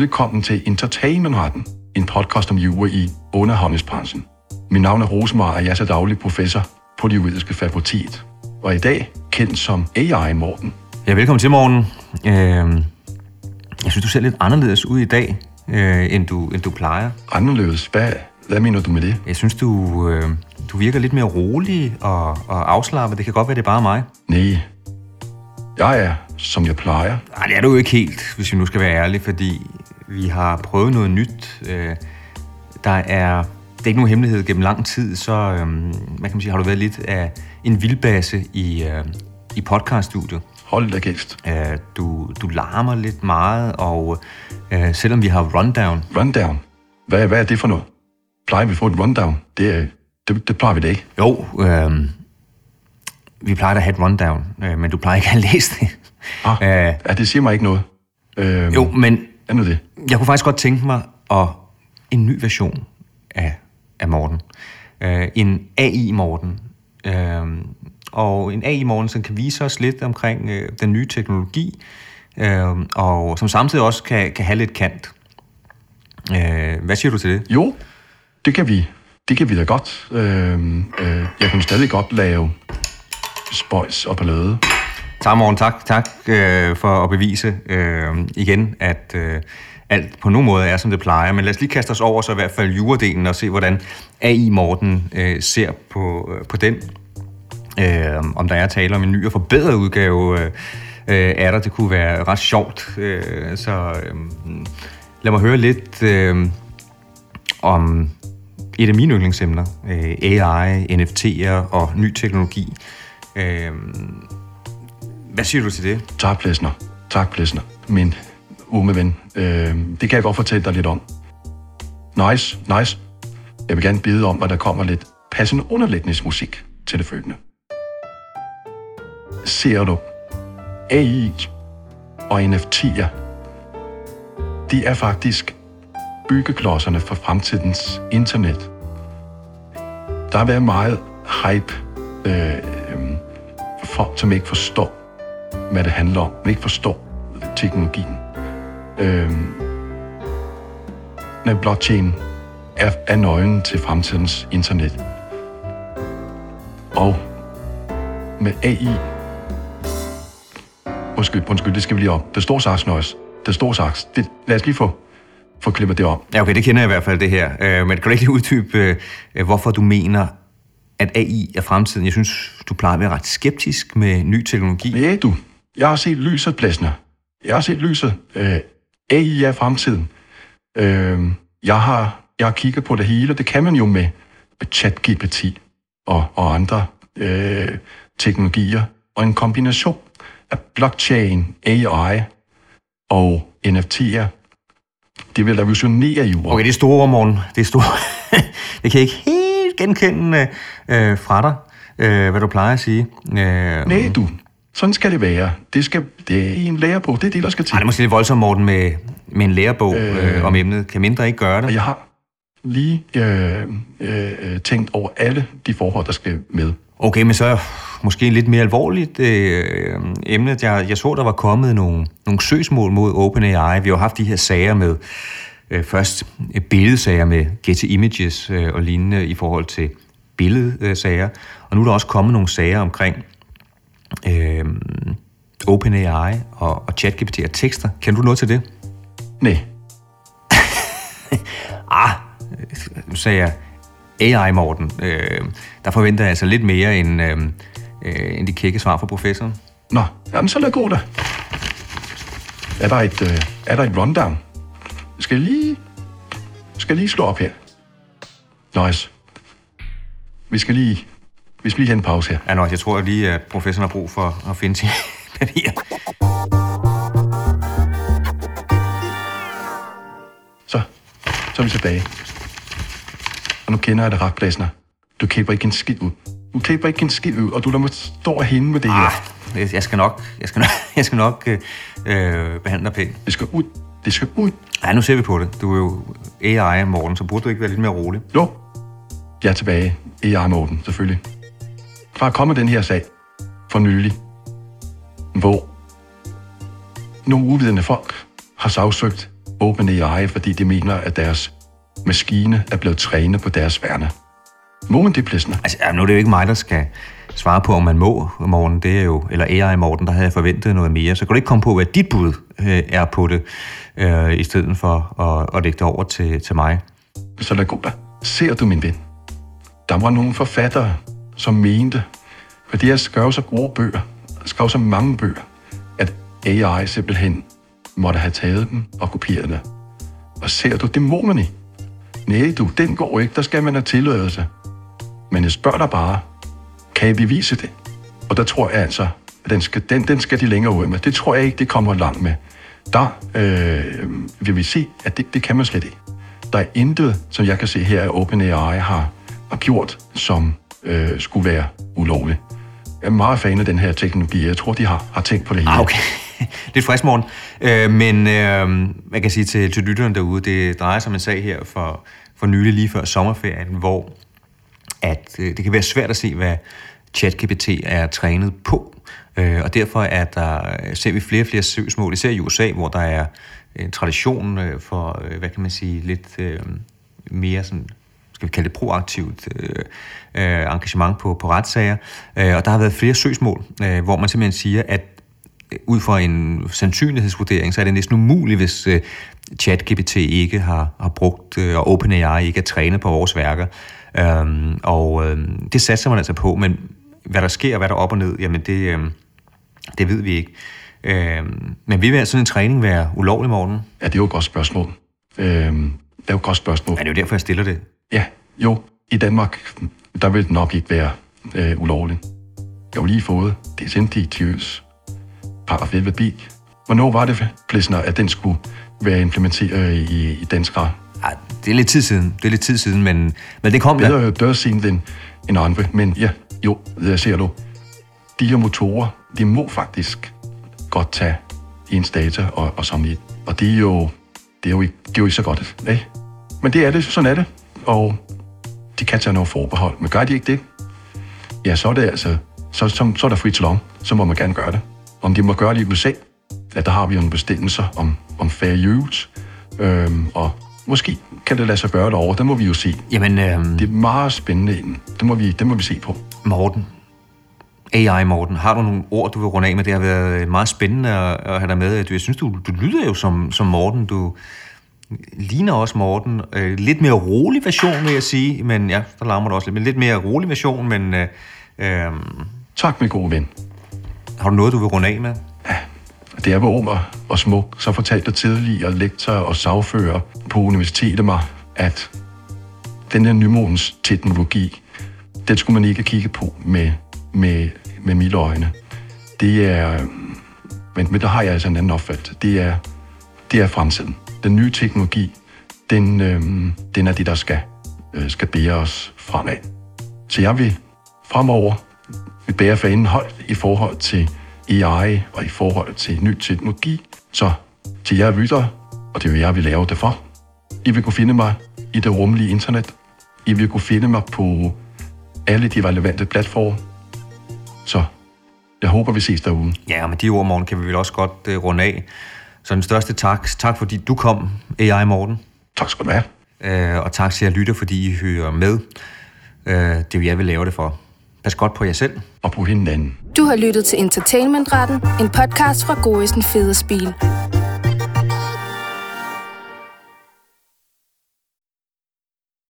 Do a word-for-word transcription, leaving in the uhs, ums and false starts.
Velkommen til Entertainmentretten, en podcast om jura i underholdningsbranchen. Mit navn er Rosemar, og jeg er så daglig professor på det juridiske fakultet. Og i dag kendt som A I Morten. Ja, velkommen til, Morten. Øh, jeg synes, du ser lidt anderledes ud i dag, øh, end, du, end du plejer. Anderledes? Hvad, hvad mener du med det? Jeg synes, du, øh, du virker lidt mere rolig og, og afslappet. Det kan godt være, det er bare mig. Nej, jeg er, som jeg plejer. Nej, det er du jo ikke helt, hvis vi nu skal være ærlige, fordi vi har prøvet noget nyt. Øh, der er... Det er ikke nogen hemmelighed gennem lang tid, så øhm, hvad kan man sige, har du været lidt af en vildbase i, øh, i podcaststudiet. Hold da kæft. Øh, du, du larmer lidt meget, og øh, selvom vi har rundown... Rundown? Hvad, hvad er det for noget? Plejer vi at få et rundown? Det, det, det plejer vi da ikke. Jo, øh, vi plejer at have et rundown, øh, men du plejer ikke at have læst det. Ah, øh, ja, det siger mig ikke noget. Øh, jo, men er nu det? Jeg kunne faktisk godt tænke mig at en ny version af, af Morten. Øh, en A I-Morten. Øh, og en A I-Morten, som kan vise os lidt omkring øh, den nye teknologi, øh, og som samtidig også kan, kan have lidt kant. Øh, hvad siger du til det? Jo, det kan vi. Det kan vi da godt. Øh, øh, jeg kan stadig godt lave spøjs og ballade. Tak, Morten. Tak, tak øh, for at bevise øh, igen, at... Øh, alt på nogen måde er, som det plejer. Men lad os lige kaste os over så i hvert fald juredelen og se, hvordan A I Morten øh, ser på, øh, på den. Øh, om der er tale om en ny og forbedret udgave øh, er der. Det kunne være ret sjovt. Øh, så øh, lad mig høre lidt øh, om et af mine yndlingsemner. Øh, A I, N F T'er og ny teknologi. Øh, hvad siger du til det? Tak, Plesner. Tak, Plesner. Men... unge ven. Øh, det kan jeg godt fortælle dig lidt om. Nice, nice. Jeg vil gerne bede om, at der kommer lidt passende underlægningsmusik til det følgende. Ser du, A I og N F T'er, de er faktisk byggeklodserne for fremtidens internet. Der har været meget hype øh, for folk, som ikke forstår, hvad det handler om, ikke forstår teknologien. Øhm, når blockchain er, er nøglen til fremtidens internet. Og med A I... Undskyld, undskyld, det skal vi lige op. Der står saks nøjes. Der står saks. Det, lad os lige få, få klippet det op. Ja, okay, det kender jeg i hvert fald, det her. Øh, men kan du ikke lige uddybe, øh, hvorfor du mener, at A I er fremtiden? Jeg synes, du plejer at være ret skeptisk med ny teknologi. Ja, du. Jeg har set lyset, Plesner. Jeg har set lyset. Øh, A I er fremtiden. Øh, jeg, har, jeg har kigget på det hele, og det kan man jo med, med ChatGPT og, og andre øh, teknologier. Og en kombination af blockchain, A I og N F T'er, det vil revolutionere jorden. Okay, det er store ord, Morten. Det er store. Det kan jeg ikke helt genkende øh, fra dig, øh, hvad du plejer at sige. Øh, Nej, du. Sådan skal det være. Det, skal, det er en lærebog. Det er det, der skal til. Ej, det er måske lidt voldsomt, Morten, med, med en lærebog øh, øh, om emnet. Kan mindre ikke gøre det? Jeg har lige øh, øh, tænkt over alle de forhold, der skal med. Okay, men så måske lidt mere alvorligt øh, emne. Jeg, jeg så, der var kommet nogle, nogle søgsmål mod OpenAI. Vi har haft de her sager med, øh, først billedsager med Getty Images øh, og lignende i forhold til billedsager. Og nu er der også kommet nogle sager omkring Øh, OpenAI og, og ChatGPT og tekster. Kan du noget til det? Nej. ah, nu sagde jeg A I, Morten. Øh, der forventer jeg altså lidt mere end, øh, øh, end de kække svar fra professoren. Nå, jamen så lad gå da. Er der et, øh, er der et rundown? Skal jeg lige, skal jeg lige slå op her? Nice. Vi skal lige... Vi skal lige have en pause her. Ja, nå, jeg tror lige, at professoren har brug for at finde sine papirer. Så, så er vi tilbage. Og nu kender jeg det ret, Plesner. Du klipper ikke en skid ud. Du klipper ikke en skid ud, og du lader mig stå herhenne med det ah, her. Jeg skal nok, jeg skal nok, jeg skal nok øh, behandle dig pænt. Det skal ud. Det skal ud. Ja, nu ser vi på det. Du er jo A I, Morten, så burde du ikke være lidt mere rolig. Jo. Jeg er tilbage. A I, Morten, selvfølgelig. Der er kommet den her sag for nylig, hvor nogle uvidende folk har sagsøgt OpenAI, fordi de mener, at deres maskine er blevet trænet på deres værne. Må man det, Plesner? Altså, nu er det jo ikke mig, der skal svare på, om man må, Morten. Det er jo, eller A I, Morten, der havde jeg forventet noget mere. Så kan du ikke komme på, hvad dit bud øh, er på det, øh, i stedet for at, at lægge det over til, til mig. Så lad gå da. Ser du, min ven? Der var nogle forfattere, som mente, fordi jeg skrev så gode bøger, skrev så mange bøger, at A I simpelthen måtte have taget dem og kopieret det. Og ser du, det må man ikke. Nej, du, den går ikke. Der skal man have tilladelse. Men jeg spørger dig bare, kan jeg bevise det? Og der tror jeg altså, at den skal, den, den skal de længere ud med. Det tror jeg ikke, det kommer langt med. Der øh, vil vi se, at det, det kan man slet ikke. Der er intet, som jeg kan se her, at OpenAI har, har gjort, som øh, skulle være ulovligt. Jeg er meget fan af den her teknologi. Jeg tror, de har, har tænkt på det hele. Ah, okay. Lidt frisk, Morten. Øh, men øh, man kan sige til, til lytteren derude, det drejer sig om en sag her for, for nylig, lige før sommerferien, hvor at, øh, det kan være svært at se, hvad ChatGPT er trænet på. Øh, og derfor er der, ser vi flere og flere søgsmål, især i U S A, hvor der er en tradition øh, for, øh, hvad kan man sige, lidt øh, mere sådan, skal vi kalde det proaktivt øh, engagement på, på retssager. Øh, og der har været flere søgsmål, øh, hvor man simpelthen siger, at ud fra en sandsynlighedsvurdering, så er det næsten umuligt, hvis øh, ChatGPT ikke har, har brugt, øh, og OpenAI ikke er trænet på vores værker. Øhm, og øh, det satser man altså på, men hvad der sker, og hvad der er op og ned, jamen det, øh, det ved vi ikke. Øh, men vil sådan en træning være ulovlig, Morten? Ja, det er jo et godt spørgsmål. Øh, det er jo et godt spørgsmål. Ja, det er jo derfor, jeg stiller det. Ja, jo. I Danmark, der vil det nok ikke være øh, ulovligt. Jeg har jo lige fået desindiktøs paragraf elleve b. Hvornår var det, Plesner, at den skulle være implementeret i, i dansk ret? Ja, det er lidt tid siden, det er lidt tid siden, men, men det kom der. Det er jo dør siden den en andre, men ja, jo, det ser du. De her motorer, de må faktisk godt tage ens data og, og samle. Og det er jo, det er jo ikke, det er jo ikke så godt, ikke? Men det er det, sådan er det. Og de kan tage noget forbehold, men gør de ikke det, ja, så er det altså, så, så, så er der free to long, så må man gerne gøre det. Om de må gøre det i U S A, ja, der har vi jo nogle bestemmelser om, om fair use, øhm, og måske kan det lade sig gøre derovre, det må vi jo se. Jamen, øhm... det er meget spændende, det må, vi, det må vi se på. Morten, A I Morten, har du nogle ord, du vil runde af med? Det har været meget spændende at, at have dig med. Jeg synes, du, du lyder jo som, som Morten, du ligner også Morten. Øh, lidt mere rolig version, vil jeg sige, men ja, der larmer du også lidt, men lidt mere rolig version, men... Øh, øh... Tak, min gode ven. Har du noget, du vil runde af med? Ja, det er hvor ung og smuk. Så fortalte tidligere lektor og sagfører på universitetet mig, at den her nymodens teknologi, den skulle man ikke kigge på med, med, med milde øjne. Det er, men, men der har jeg altså en anden opfattelse. Det er, det er fremtiden. Den nye teknologi, den, øh, den er det, der skal, øh, skal bære os fremad. Så jeg vil fremover vil bære fanen højt i forhold til A I og i forhold til ny teknologi. Så til jer lyttere, og det er jo jer, vi laver det for, I vil kunne finde mig i det rummelige internet. I vil kunne finde mig på alle de relevante platforme. Så jeg håber, vi ses derude. Ja, og med de ord, Morten, kan vi vel også godt uh, runde af. Så den største tak. Tak, fordi du kom, A I Morten. Tak skal du have. Uh, og tak til jer lytter, fordi I hører med. Uh, det er jo jer, vi laver det for. Pas godt på jer selv. Og på hinanden. Du har lyttet til Entertainmentretten, en podcast fra Gorrissen Federspiel.